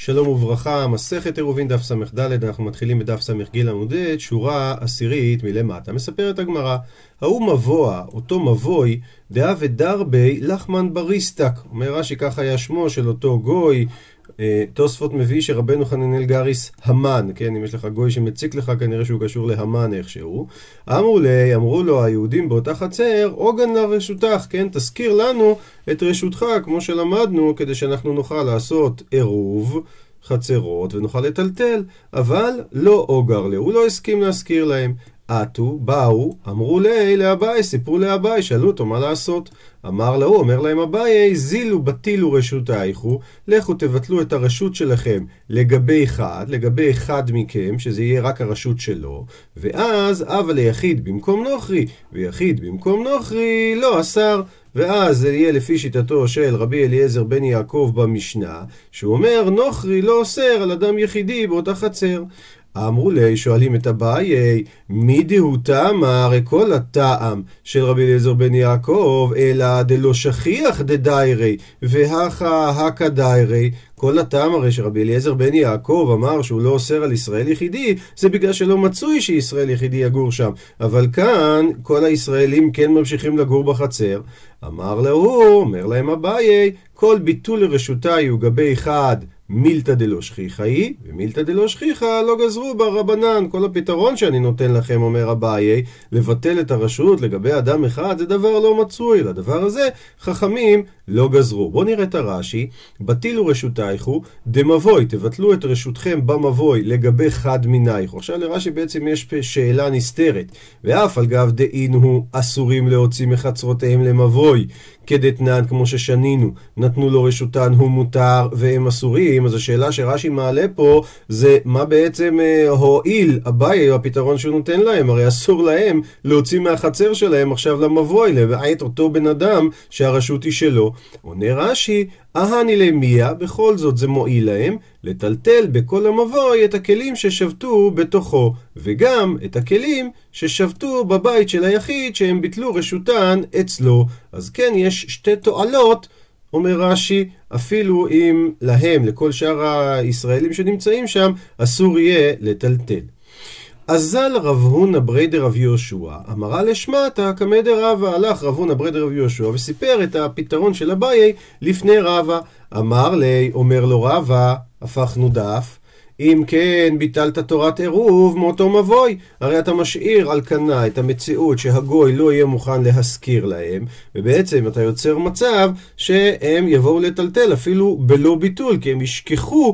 שלום וברכה, מסכת עירובין דף ס"ד, אנחנו מתחילים בדף ס"ג עמוד ב', שורה עשירית מלמטה. מספרת הגמרא, ההוא מבוע, אותו מבוי, דאה ודרבי לחמן בריסטק. אומר רש"י, ככה היה שמו של אותו גוי. תוספות מביא שרבנו חננאל גריס המן, כן, אם יש לך גוי שמציק לך, כנראה שהוא קשור להמן איכשהו. אמרו לו היהודים באותה חצר, עוגן לרשותך, כן, תזכיר לנו את רשותך, כמו שלמדנו, כדי שאנחנו נוכל לעשות עירוב חצרות ונוכל לטלטל, אבל לא אוגר לו, הוא לא הסכים להזכיר להם. עטו, באו, אמרו לאביי, סיפרו לאביי, שאלו אותו מה לעשות. אמר לו, אומר להם אביי, זילו בטילו רשותייכו, לכו תבטלו את הרשות שלכם לגבי אחד מכם, שזה יהיה רק הרשות שלו, ואז אבל ליחיד במקום נוכרי, ויחיד במקום נוכרי לא אסר. ואז זה יהיה לפי שיטתו של רבי אליעזר בן יעקב במשנה, שהוא אומר נוכרי לא אוסר על אדם יחידי באותה חצר. אמרו לי, שואלים את אביי, מי דהו טעם? הרי כל הטעם של רבי אליעזר בן יעקב, אלא דלא שכיח דדיירי, והכה הקא דיירי. כל הטעם הרי שרבי אליעזר בן יעקב אמר שהוא לא אוסר על ישראל יחידי, זה בגלל שלא מצוי שישראל יחידי יגור שם. אבל כאן כל הישראלים כן ממשיכים לגור בחצר. אמר לו, אומר להם אביי, כל ביטול לרשותי הוא גבי אחד, מילתא דלא שכיחא היא, ומילתא דלא שכיחא לא גזרו ברבנן. כל הפתרון שאני נותן לכם, אומר אביי, לבטל את הרשות לגבי אדם אחד, זה דבר לא מצוי. לדבר הזה חכמים לא גזרו. בואו נראה את הרש"י. בטילו רשותייכו דמבוי, תבטלו את רשותכם במבוי לגבי חד מינייכו. עכשיו לרש"י בעצם יש שאלה נסתרת. ואף על גב דאין הוא אסורים להוציא מחצרותיהם למבוי, כדתנן כמו ששנינו, נתנו לו רשותן הוא מותר והם אסורים. אז השאלה שרש"י מעלה פה זה מה בעצם הועיל אביי, הפתרון שהוא נותן להם. הרי אסור להם להוציא מהחצר שלהם עכשיו למבוי, לבעט אותו בן אדם שהרשות היא שלו. עונה רש"י, אהני למיה, בכל זאת זה מועיל להם לטלטל בכל המבוי את הכלים ששבתו בתוכו, וגם את הכלים ששבתו בבית של היחיד שהם ביטלו רשותן אצלו. אז כן, יש שתי תועלות, אומר רש"י, אפילו אם להם, לכל שאר הישראלים שנמצאים שם, אסור יהיה לטלטל. אזל רב הונא ברי דרב יהושע, אמרה לשמטה קמא דרבא. הלך רב הונא ברי דרב יהושע וסיפר את הפתרון של אביי לפני רבא. אמר לי, אומר לו רבא, הפכנו דף, אם כן ביטלת תורת עירוב מאותו מבוי, הרי אתה משאיר על כנה את המציאות שהגוי לא יהיה מוכן להזכיר להם, ובעצם אתה יוצר מצב שהם יבואו לטלטל אפילו בלא ביטול, כי הם ישכחו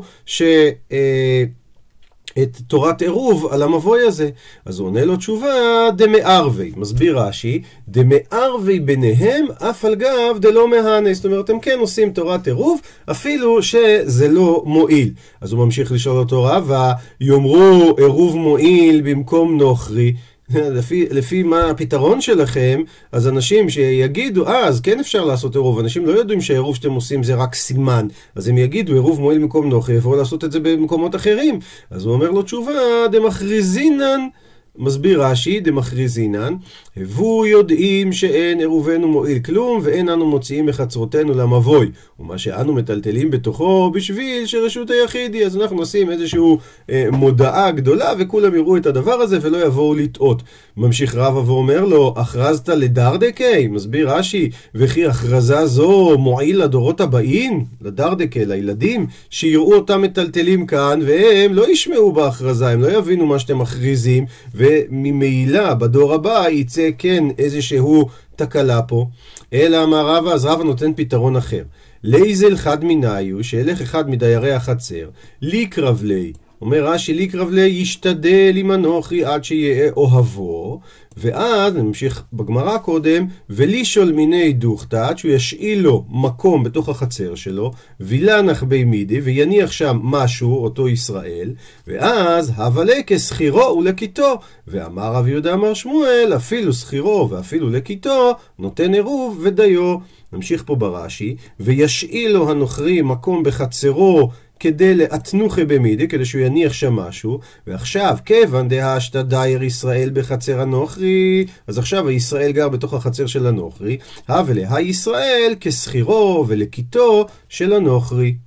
את תורת עירוב על המבוי הזה. אז הוא עונה לו תשובה, דמערבי. מסביר רש"י, דמערבי ביניהם אף על גב דלא מהנה. זאת אומרת, הם כן עושים תורת עירוב אפילו שזה לא מועיל. אז הוא ממשיך לשאול אותו רבא, יאמרו עירוב מועיל במקום נוכרי, לפי מה הפתרון שלכם, אז אנשים שיגידו, אז כן אפשר לעשות עירוב, אנשים לא יודעים שהעירוב שאתם עושים זה רק סימן, אז הם יגידו עירוב מועיל במקום נוכרי, יבואו לעשות את זה במקומות אחרים. אז הוא אומר לו תשובה, דמכריזינן. מסביר רש"י, דמכריזינן, הבו יודעים שאין עירובנו מועיל כלום, ואין אנו מוציאים מחצרותינו למבוי, ומה שאנו מטלטלים בתוכו בשביל שרשות היחיד היא. אז אנחנו נשים איזשהו מודעה גדולה, וכולם יראו את הדבר הזה ולא יבואו לטעות. ממשיך רבא ואומר לו, הכרזת לדרדקי? מסביר רש"י, וכי הכרזה זו מועיל לדורות הבאים, לדרדקי, לילדים, שיראו אותם מטלטלים כאן, והם לא ישמעו בהכרזה, הם לא יבינו מה שאתם מכריזים, וממעילה בדור הבא יצא כן איזשהו תקלה פה. אלא אמר רבא, אז רבא נותן פתרון אחר. לייזל חד מיניו, שילך אחד מדיירי החצר, ליקרב לי, אומר רש"י, ליקרב לי ישתדל עם אנוכי עד שיהיה אוהבו, ואז נמשיך בגמרא קודם, ולישול מיני דוכתא, שהוא ישאיל לו מקום בתוך החצר שלו, וילנח בי מידי, ויניח שם משהו, אותו ישראל, ואז הבלה כסחירו ולקיתו. ואמר רב יהודה אמר שמואל, אפילו סחירו ואפילו לקיתו, נותן עירוב ודיו. נמשיך פה ברש"י, וישאיל לו הנוכרי מקום בחצרו, כדי לאתנוכה במידי, כדי שהוא יניח שם משהו. ועכשיו, כיוון דהשתא דייר ישראל בחצר הנוכרי, אז עכשיו הישראל גר בתוך החצר של הנוכרי, הווה ישראל כסחירו ולקיתו של הנוכרי.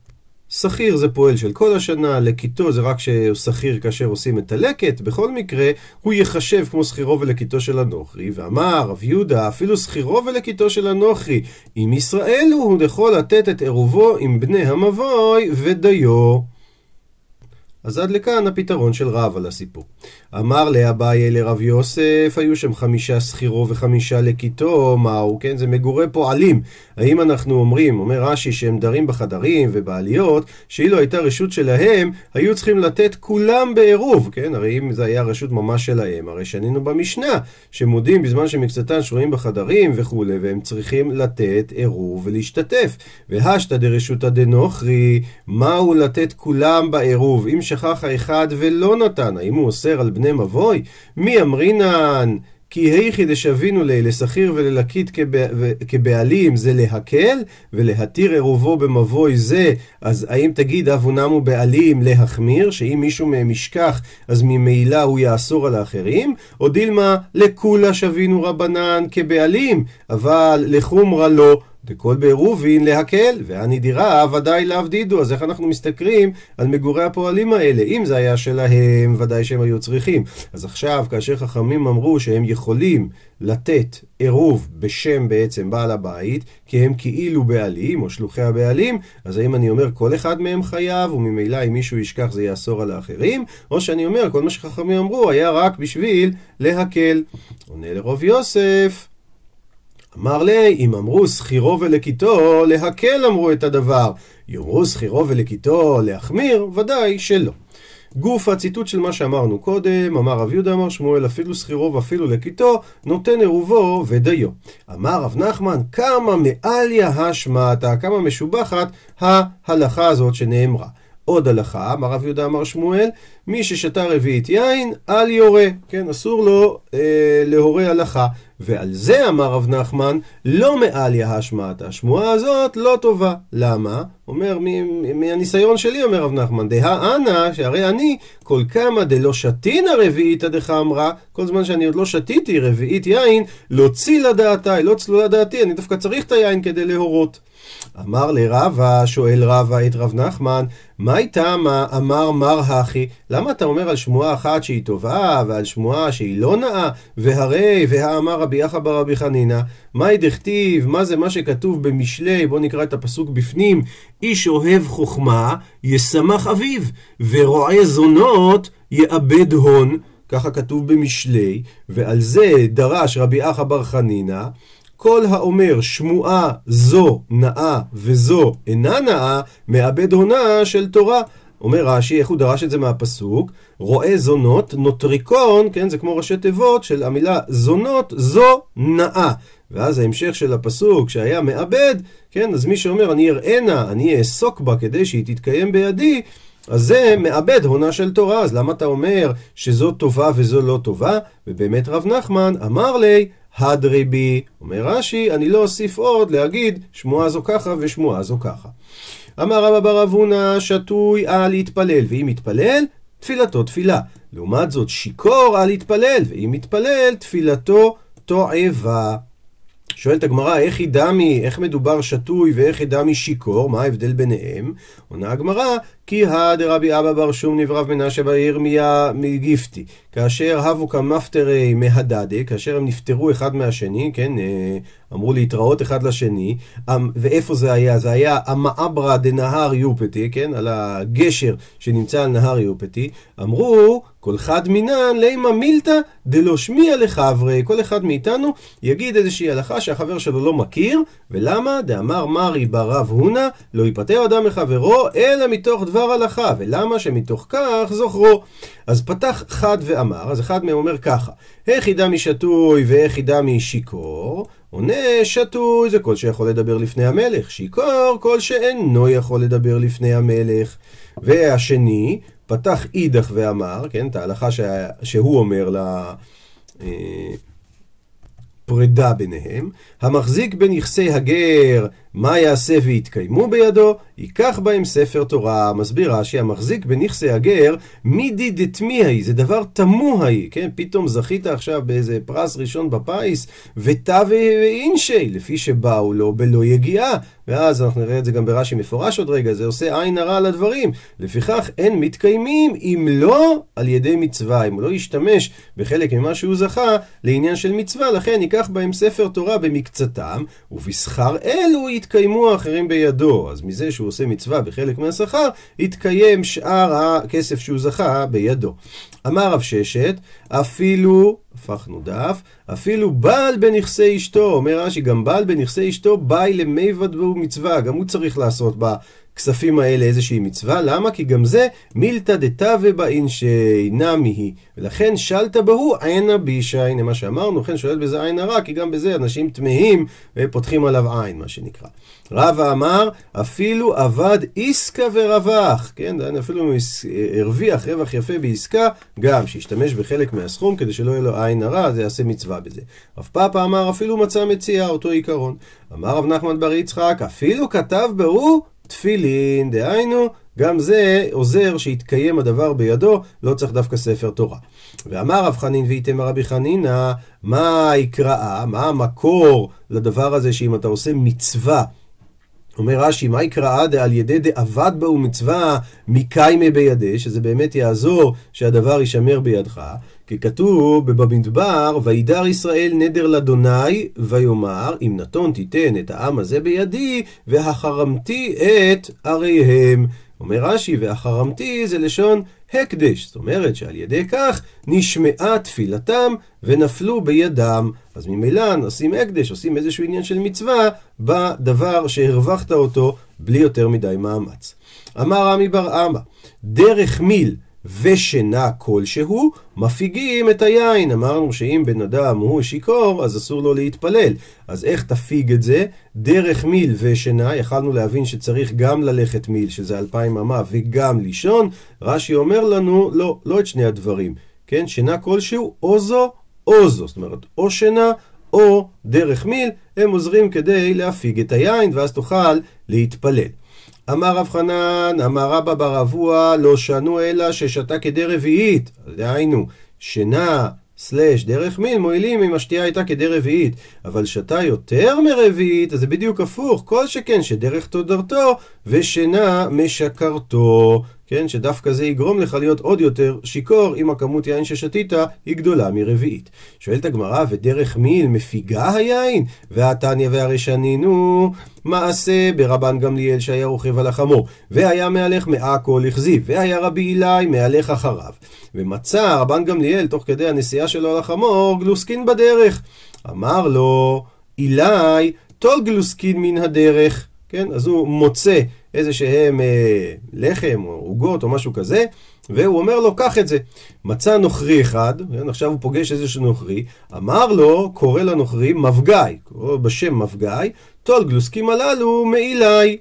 שכיר זה פועל של כל השנה, לקיטו זה רק שהוא שכיר כאשר עושים את הלקט, בכל מקרה הוא יחשב כמו שכירו ולקיטו של הנוכרי. ואמר רב יהודה, אפילו שכירו ולקיטו של הנוכרי, אם ישראל הוא יכול לתת את עירובו עם בני המבוי ודיו. אז עד לכאן הפתרון של רב על הסיפור. אמר לאביי לרב יוסף, היו שם 5 שכירו ו5 לקיטו, מהו? כן, זה מגורי פועלים. האם אנחנו אומרים, אומר רש"י, שהם דרים בחדרים ובעליות, שאילו הייתה רשות שלהם, היו צריכים לתת כולם בעירוב, כן? הרי אם זה היה רשות ממש שלהם, הרי שנינו במשנה, שמודים בזמן שמקצתן שרועים בחדרים וכו', והם צריכים לתת עירוב ולהשתתף. והשתא דרשותא דנוכרי, מהו לתת כולם בעירוב? אם שכח האחד ולא נתן, האם הוא אוסר על בני מבוי? מי אמרינן? כי היכי דשווינו לשכיר וללקית כבעלים זה להקל, ולהתיר עירובו במבוי זה, אז האם תגיד אבונם הוא בעלים להחמיר, שאם מישהו מהם ישכח אז ממילא הוא יאסור על האחרים? או דילמה לכולה שווינו רבנן כבעלים, אבל לחומרה לא, דכל בעירובין להקל, ואני דירה ודאי להבדידו. אז איך אנחנו מסתכלים על מגורי הפועלים האלה? אם זה היה שלהם, ודאי שהם היו צריכים. אז עכשיו, כאשר חכמים אמרו שהם יכולים לתת עירוב בשם בעצם בעל הבית, כי הם כאילו בעלים או שלוחי הבעלים, אז האם אני אומר כל אחד מהם חייב, וממילא אם מישהו ישכח זה יאסור על האחרים, או שאני אומר כל מה שחכמים אמרו היה רק בשביל להקל. עונה לרב יוסף, אמר לי, אם אמרו שכירו ולקיטו, להקל אמרו את הדבר. יאמרו שכירו ולקיטו, להחמיר, ודאי שלא. גוף הציטוט של מה שאמרנו קודם, אמר רב יהודה אמר שמואל, אפילו שכירו ואפילו לקיטו, נותן עירובו ודיו. אמר רב נחמן, כמה מעליה השמעתה, כמה משובחת ההלכה הזאת שנאמרה. עוד הלכה, אמר רב יהודה אמר שמואל, מי ששתה רביעית יין, אל יורה. כן, אסור לו להורה הלכה. ועל זה אמר רב נחמן, לא מעליה השמעת. השמועה הזאת לא טובה. למה? אומר, מהניסיון שלי, אומר רב נחמן, דהה אנא, שהרי אני, כל כמה דלא שתינה רביעית דך אמרה, כל זמן שאני עוד לא שתיתי רביעית יין, לא צילה דעתי, לא צלולה דעתי, אני דווקא צריך את היין כדי להורות. אמר לרבה, שואל רבה את רב נחמן, מה הייתה מה אמר מר הכי? למה אתה אומר על שמועה אחת שהיא טובה ועל שמועה שהיא לא נאה? והרי והאמר רבי יחא בר רבי חנינא, מה דכתיב? מה זה מה שכתוב במשלי? בוא נקרא את הפסוק בפנים. איש אוהב חוכמה ישמח אביו, ורועה זונות יאבד הון. ככה כתוב במשלי, ועל זה דרש רבי יחא בר חנינא, כל האומר שמועה זו נאה וזו אינה נאה, מאבד הונה של תורה. אומר רש"י, איך הוא דרש את זה מהפסוק? רואה זונות, נוטריקון, כן, זה כמו ראשי תיבות של המילה זונות, זו נאה. ואז ההמשך של הפסוק שהיה מאבד, כן, אז מי שאומר אני אראנה, אני אעסוק בה כדי שהיא תתקיים בידי, אז זה מאבד הונה של תורה. אז למה אתה אומר שזו טובה וזו לא טובה? ובאמת רב נחמן אמר לי, הדרי בי, אומר רש"י, אני לא אוסיף עוד להגיד שמועה זו ככה ושמועה זו ככה. אמר רבא בר אבונה, שתוי על יתפלל, ואם יתפלל, תפילתו תפילה. לעומת זאת, שיכור על יתפלל, ואם יתפלל, תפילתו תועבה. שואלת הגמרא, איך ידמי, איך מדובר שתוי ואיך ידמי שיקור, מה ההבדל ביניהם? עונה הגמרא, כי דרבי אבא בר שום נברב מנשה בר ירמיה מגיפתי, כאשר הבו כמפטרי מהדדה, כאשר הם נפטרו אחד מהשני, כן, אמרו להתראות אחד לשני, ואיפה זה היה? זה היה המעברה דנהר יופתי, כן, על הגשר שנמצא על נהר יופתי, אמרו, כל אחד מינן לימה מילתא דלא שמיע לחברי, כל אחד מאיתנו יגיד איזושהי הלכה שהחבר שלו לא מכיר, ולמה? דאמר מרי ברב הונה, לא ייפטר אדם מחברו, אלא מתוך דבר הלכה, ולמה? שמתוך כך זוכרו. אז פתח חד ואמר, אז אחד מהם אומר ככה, איך ידע משתוי ואיך ידע משיקור? עונה, שתוי זה כל שיכול לדבר לפני המלך, שיקור כל שאינו יכול לדבר לפני המלך. והשני פתח אידך ואמר, כן, את ההלכה שהוא אומר פרידה ביניהם, המחזיק בנכסי הגר מה יעשה ויתקיימו בידו? ייקח בהם ספר תורה. מסביר רש"י, המחזיק בנכסי הגר, מידי דתמיהי, זה דבר תמוהי, כן? פתאום זכית עכשיו באיזה פרס ראשון בפיס, ותווה אינשי, לפי שבאו לו בלא יגיעה. ואז אנחנו נראה את זה גם ברש"י מפורש עוד רגע, זה עושה עין הרע לדברים. לפיכך אין מתקיימים אם לא על ידי מצווה, אם הוא לא ישתמש בחלק ממה שהוא זכה לעניין של מצווה, לכן ייקח בהם ספר תורה במקצתם, ובשכר אלו יתקיימו האחרים בידו. אז מזה שהוא עושה מצווה בחלק מהשכר, יתקיים שאר הכסף שהוא זכה בידו. אמר רב ששת, אפילו, הפכנו דף, אפילו בעל בנכסי אשתו, אומר רש"י, גם בעל בנכסי אשתו באי למיבד בו מצווה, גם הוא צריך לעשות בכספים האלה איזושהי מצווה. למה? כי גם זה מילתא דתווה באינשי נמי היא, ולכן שלת בהו עינה בישי. הנה מה שאמרנו, לכן שואל בזה עין הרע, כי גם בזה אנשים תמהים ופותחים עליו עין, מה שנקרא. רבא אמר, אפילו עבד עסקה ורווח, כן, אפילו הרוויח רווח יפה בעסקה, גם שישתמש בחלק מהסכום כדי שלא יהיה לו עין הרע, זה יעשה מצווה בזה. רב פאפא אמר, אפילו מצא מציאה, אותו עיקרון. אמר רב נחמן בר יצחק, אפילו כתב בהו תפילין, דהיינו, גם זה עוזר שיתקיים הדבר בידו, לא צריך דווקא ספר תורה. ואמר רב חנין ואיתמר רבי חנינא, מה יקראה, מה המקור לדבר הזה שאם אתה עושה מצווה, אומר רש"י, מה יקראה על ידי דעבד בו מצווה מקיימה בידי, שזה באמת יעזור שהדבר יישמר בידך, כי כתוב במדבר, וידר ישראל נדר לאדוני ויאמר, אם נתון תיתן את העם הזה בידי, והחרמתי את עריהם. אומר רש"י, והחרמתי זה לשון הקדש, זאת אומרת שעל ידי כך נשמעה תפילתם ונפלו בידם. אז ממילא עושים הקדש, עושים איזשהו עניין של מצווה בדבר שהרווחת אותו בלי יותר מדי מאמץ. אמר רמי בר אמה, דרך מיל ושינה כלשהו מפיגים את היין. אמרנו שאם בן אדם הוא שיקור אז אסור לו להתפלל, אז איך תפיג את זה? דרך מיל ושינה, יכלנו להבין שצריך גם ללכת מיל שזה 2000 אמה וגם לישון. רש"י אומר לנו לא את שני הדברים, כן? שינה כלשהו או זו או זו, זאת אומרת או שינה או דרך מיל, הם עוזרים כדי להפיג את היין ואז תוכל להתפלל. אמר רב חנן, אמר רבא בר אבוה, לא שנו אלא ששתה כדי רביעית. דהיינו, שינה סלש דרך מיל מועילים אם השתייה הייתה כדי רביעית, אבל שתה יותר מרביעית, אז זה בדיוק הפוך, כל שכן שדרך תודרתו ושינה משקרתו, כן, שדווקא זה יגרום לך להיות עוד יותר שיקור אם הכמות יין ששתית היא גדולה מרביעית. שואלת הגמרא, ודרך מיל מפיגה היין? והתניא והרי שנינו מעשה ברבן גמליאל שהיה רוכב על החמור והיה מהלך מעכו לכזיב, והיה רבי אילאי מהלך אחריו, ומצא רבן גמליאל תוך כדי הנסיעה שלו על החמור גלוסקין בדרך. אמר לו אילאי, טול גלוסקין מן הדרך, כן? אז הוא מוצא איזה שהם לחם או עוגות או משהו כזה, והוא אומר לו, קח את זה. מצא נוכרי אחד, עכשיו הוא פוגש איזשהו נוכרי, אמר לו, קורא לנוכרי מבגאי, בשם מבגאי, טול גלוסקים הללו מאילי.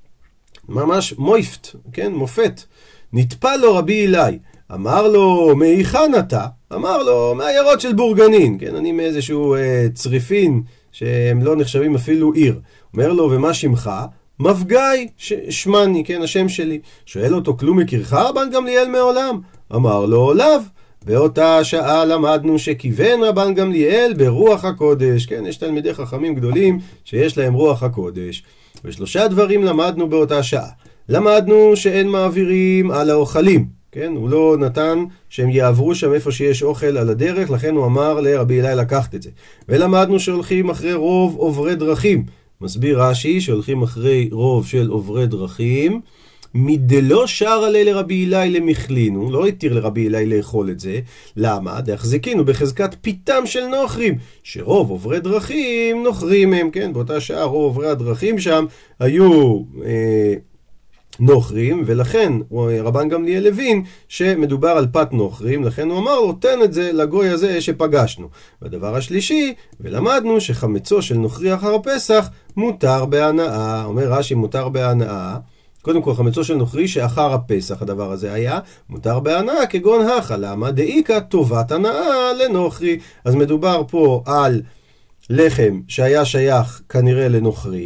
ממש מויפט, כן? מופת. נטפל לו רבי אילאי, אמר לו, מהיכן אתה? אמר לו, מהעיירות של בורגנין, כן? אני מאיזשהו צריפין שהם לא נחשבים אפילו עיר. אומר לו, ומה שמך? מבגאי, שמני, כן, השם שלי. שואל אותו, כלום מכירך רבן גמליאל מעולם? אמר לו, לאו. באותה שעה למדנו שכיוון רבן גמליאל ברוח הקודש, כן, יש תלמידי חכמים גדולים שיש להם רוח הקודש. ושלושה דברים למדנו באותה שעה. למדנו שאין מעבירים על האוכלים, כן, הוא לא נתן שהם יעברו שם איפה שיש אוכל על הדרך, לכן הוא אמר לרבי אילאי לקחת את זה. ולמדנו שהולכים אחרי רוב עוברי דרכים. מסביר רש"י שהולכים אחרי רוב של עוברי דרכים, מדלא שר עלי לרבי אילאי למכלינו, לא התיר לרבי אילאי לאכול את זה. למה? דהחזיקינו בחזקת פיתם של נוכרים, שרוב עוברי דרכים נוכרים הם, כן? באותה שעה רוב עוברי הדרכים שם היו נוכרים, ולכן רבן גמליאל הבין שמדובר על פת נוכרים, לכן הוא אמר לו, תן את זה לגוי הזה שפגשנו. והדבר השלישי, ולמדנו שחמצו של נוכרי אחר הפסח מותר בהנאה. אומר רש"י מותר בהנאה, קודם כל חמצו של נוכרי שאחר הפסח הדבר הזה היה מותר בהנאה כגון הכה. למה? דאיקה טובת הנאה לנוכרי. אז מדובר פה על לחם שהיה שייך כנראה לנוכרים,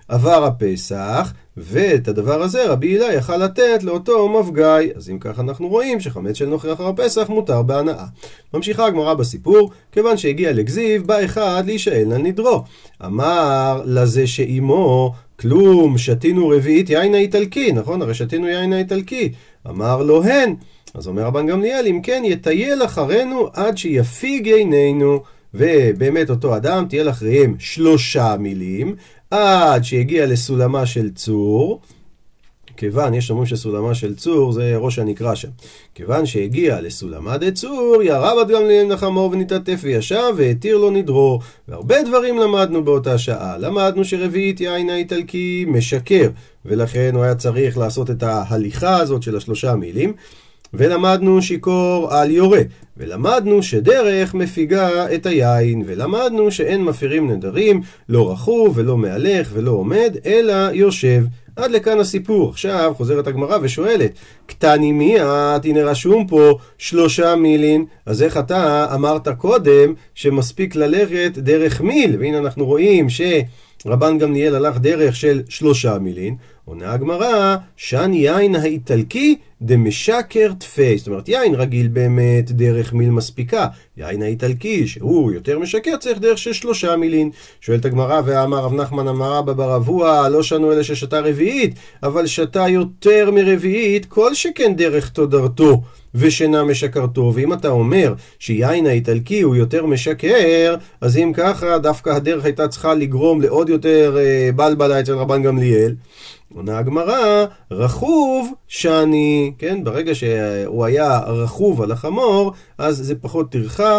עבר הפסח, ואת הדבר הזה רבי הילה יכל לתת לאותו מפגאי. אז אם כך אנחנו רואים שחמץ של נוכרי אחר הפסח מותר בהנאה. ממשיכה הגמרא בסיפור, כיוון שהגיע לגזיב, בא אחד להישאל על נדרו. אמר לזה שאימו, כלום, שתינו רביעית יין האיטלקי, נכון? הרי שתינו יין האיטלקי. אמר לו הן. אז אומר רבן גמליאל, אם כן יטייל אחרינו עד שיפיג עינינו. ובאמת אותו אדם תהיה אחריהם 3 מילים, עד שיגיע לסולמה של צור. כיוון, יש אומרים שסולמה של צור זה ראש הנקרא שם. כיוון שהגיע לסולמה דצור, ירה בת גמליאל נחמו ונתעטף וישב והתיר לו נדרו. והרבה דברים למדנו באותה שעה. למדנו שרביעית יין האיטלקי משקר, ולכן הוא היה צריך לעשות את ההליכה הזאת של 3 מילים. ולמדנו שיקור על יורה, ולמדנו שדרך מפיגה את היין, ולמדנו שאין מפירים נדרים, לא רכוב ולא מהלך ולא עומד, אלא יושב. עד לכאן הסיפור. עכשיו חוזרת הגמרא ושואלת, קטני מיית, הנה רשום פה 3 מילין, אז איך אתה אמרת קודם שמספיק ללכת דרך מיל? והנה אנחנו רואים רבן גמליאל הלך דרך של 3 מילין. עונה הגמרא, שן יין האיטלקי דמשקר תפי. זאת אומרת, יין רגיל באמת דרך מיל מספיקה. יין האיטלקי, שהוא יותר משקר, צריך דרך של 3 מילין. שואלת הגמרא, ואמר רב נחמן אמר אבא בר אבוה, לא שנו אלא ששתה רביעית, אבל שתה יותר מרביעית, כל שכן דרך תודרתו ושינה משקרתו. ואם אתה אומר שיין האיטלקי הוא יותר משקר, אז אם ככה דווקא הדרך הייתה צריכה לגרום לעוד יותר בלבלה אצל רבן גמליאל. עונה הגמרא, רכוב שני, כן? ברגע שהוא היה רכוב על החמור, אז זה פחות טרחה,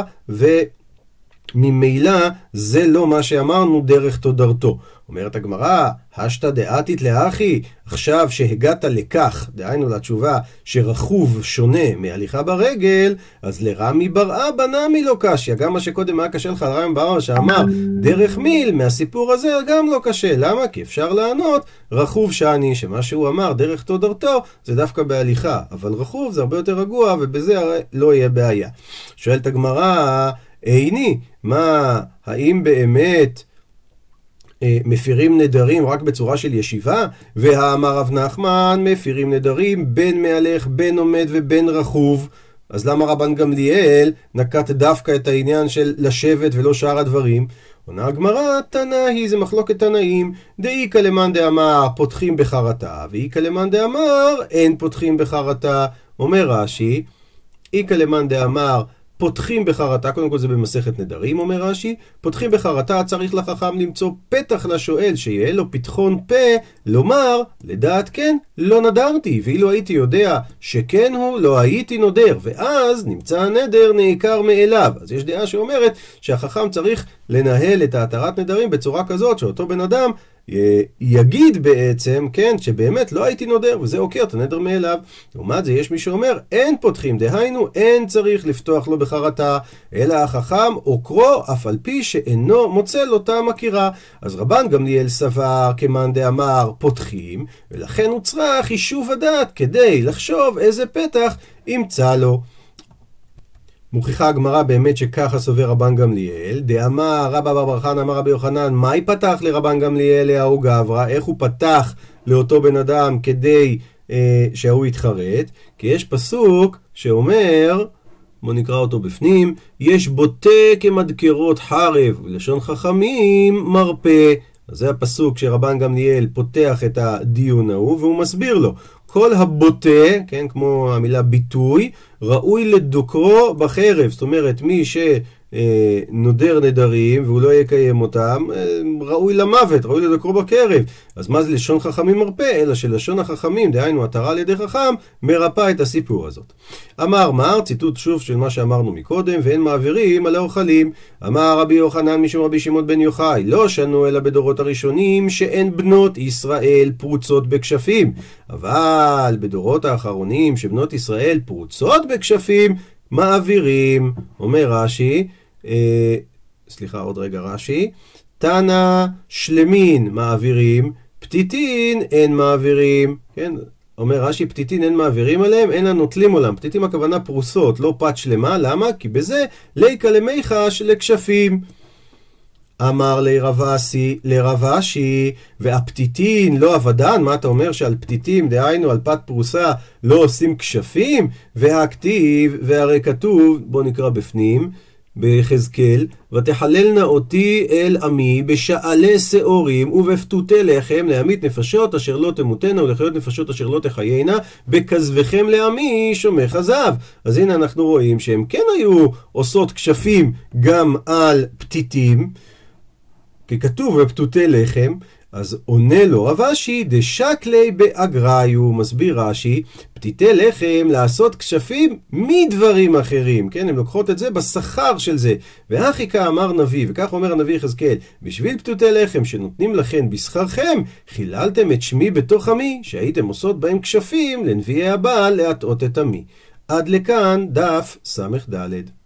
וממילא זה לא מה שאמרנו דרך תודרתו. אומרת הגמרא, השתא דעתית לאחי, עכשיו שהגעת לכך, דהיינו לתשובה שרכוב שונה מהליכה ברגל, אז לרמי בר אבא נמי לא קשיא. גם מה שקודם היה קשה לך על רמי בר אבא שאמר דרך מיל, מהסיפור הזה גם לא קשה. למה? כי אפשר לענות רכוב שני, שמה שהוא אמר דרך תודרתו זה דווקא בהליכה, אבל רכוב זה הרבה יותר רגוע, ובזה הרי לא יהיה בעיה. שואלת הגמרא, איני, מה, האם באמת מפירים נדרים רק בצורה של ישיבה? והאמר רב נחמן, מפירים נדרים בין מהלך, בין עומד ובין רכוב. אז למה רבן גמליאל נקט דווקא את העניין של לשבת ולא שאר הדברים? עונה הגמרא, תנאי, זה מחלוקת תנאים. דאיקא למאן דאמר פותחים בחרטה, ואיקא למאן דאמר אין פותחים בחרטה. אומר רש"י, איקא למאן דאמר פותחים בחרטה, קודם כל זה במסכת נדרים, אומר רש"י, פותחים בחרטה, צריך לחכם למצוא פתח לשואל, שיהיה לו פתחון פה, לומר, לדעת כן, לא נדרתי, ואילו הייתי יודע שכן הוא, לא הייתי נודר, ואז נמצא הנדר נעקר מאליו. אז יש דעה שאומרת שהחכם צריך לנהל את ההתרת נדרים בצורה כזאת, שאותו בן אדם יגיד בעצם, כן, שבאמת לא הייתי נודר, וזה עוקר את הנדר מאליו. לעומת זה יש מי שאומר, אין פותחים, דהיינו, אין צריך לפתוח לו בחרטה, אלא החכם עוקרו, אף על פי שאינו מוצא לו טעם עקירה. אז רבן גמליאל סבר כמאן דאמר פותחים, ולכן הוא צריך חישוב הדעת כדי לחשוב איזה פתח ימצא לו. מוכיחה הגמרא באמת שככה סובר רבן גמליאל. דאמר רבא בר חנא אמר רבי יוחנן, מהי פתח לרבן גמליאל להוא גברא? איך הוא פתח לאותו בן אדם כדי שהוא יתחרט? כי יש פסוק שאומר, בוא נקרא אותו בפנים, יש בוטה כמדקרות חרב, ולשון חכמים מרפא. אז זה הפסוק שרבן גמליאל פותח את הדיון ההוא, והוא מסביר לו, כל הבוטה, כן, כמו המילה ביטוי, ראוי לדוקרו בחרב. זאת אומרת, מי שנודר נדרים והוא לא יקיים אותם, ראוי למוות, ראוי לדוקרו בקרב. אז מה זה לשון חכמים מרפא? אלא שלשון החכמים, דהיינו התרה על ידי חכם, מרפא את הסיפור הזאת. אמר מר, ציטוט שוב של מה שאמרנו מקודם, ואין מעבירים על האוכלים. אמר רבי יוחנן משום רבי שמעון בן יוחאי, לא שנו אלא בדורות הראשונים שאין בנות ישראל פרוצות בכשפים, אבל בדורות האחרונים שבנות ישראל פרוצות בכשפים, מעבירים. אומר רש"י, עוד רגע רש"י, תנא שלמין מעבירים, פתיתין אין מעבירים. כן, אומר רש"י, פתיתין אין מעבירים עליהם, אין נוטלים עולם. פתיתים הכוונה פרוסות, לא פת שלמה. למה? כי בזה ליקה למיכה של כשפים. אמר לרב אשי, והפתיתין לא אבדן, מה אתה אומר שעל פתיתים, דהיינו על פת פרוסה, לא עושים כשפים? והכתיב, והרי כתוב, בוא נקרא בפנים, בחזקאל, ותחללנה אותי אל עמי בשעלי שעורים ובפתותי לחם להמית נפשות אשר לא תמותנה ולחיות נפשות אשר לא תחיינה בכזבכם לעמי שומך הזהב. אז הנה אנחנו רואים שהם כן היו עושות כשפים גם על פתיתים, ככתוב בפתותי לחם. אז עונה לו רב אשי דשקלי באגראיו, מסביר רש"י, פתיתי לחם לעשות כשפים מדברים אחרים, כן, הם לוקחות את זה בשכר של זה. והכי אמר נביא, וכך אומר הנביא יחזקאל, בשביל פתותי לחם שנותנים לכם בשכרכם, חיללתם את שמי בתוך עמי, שהייתם עושות בהם כשפים לנביאי הבעל להטעות את עמי. עד לכאן דף ס"ד.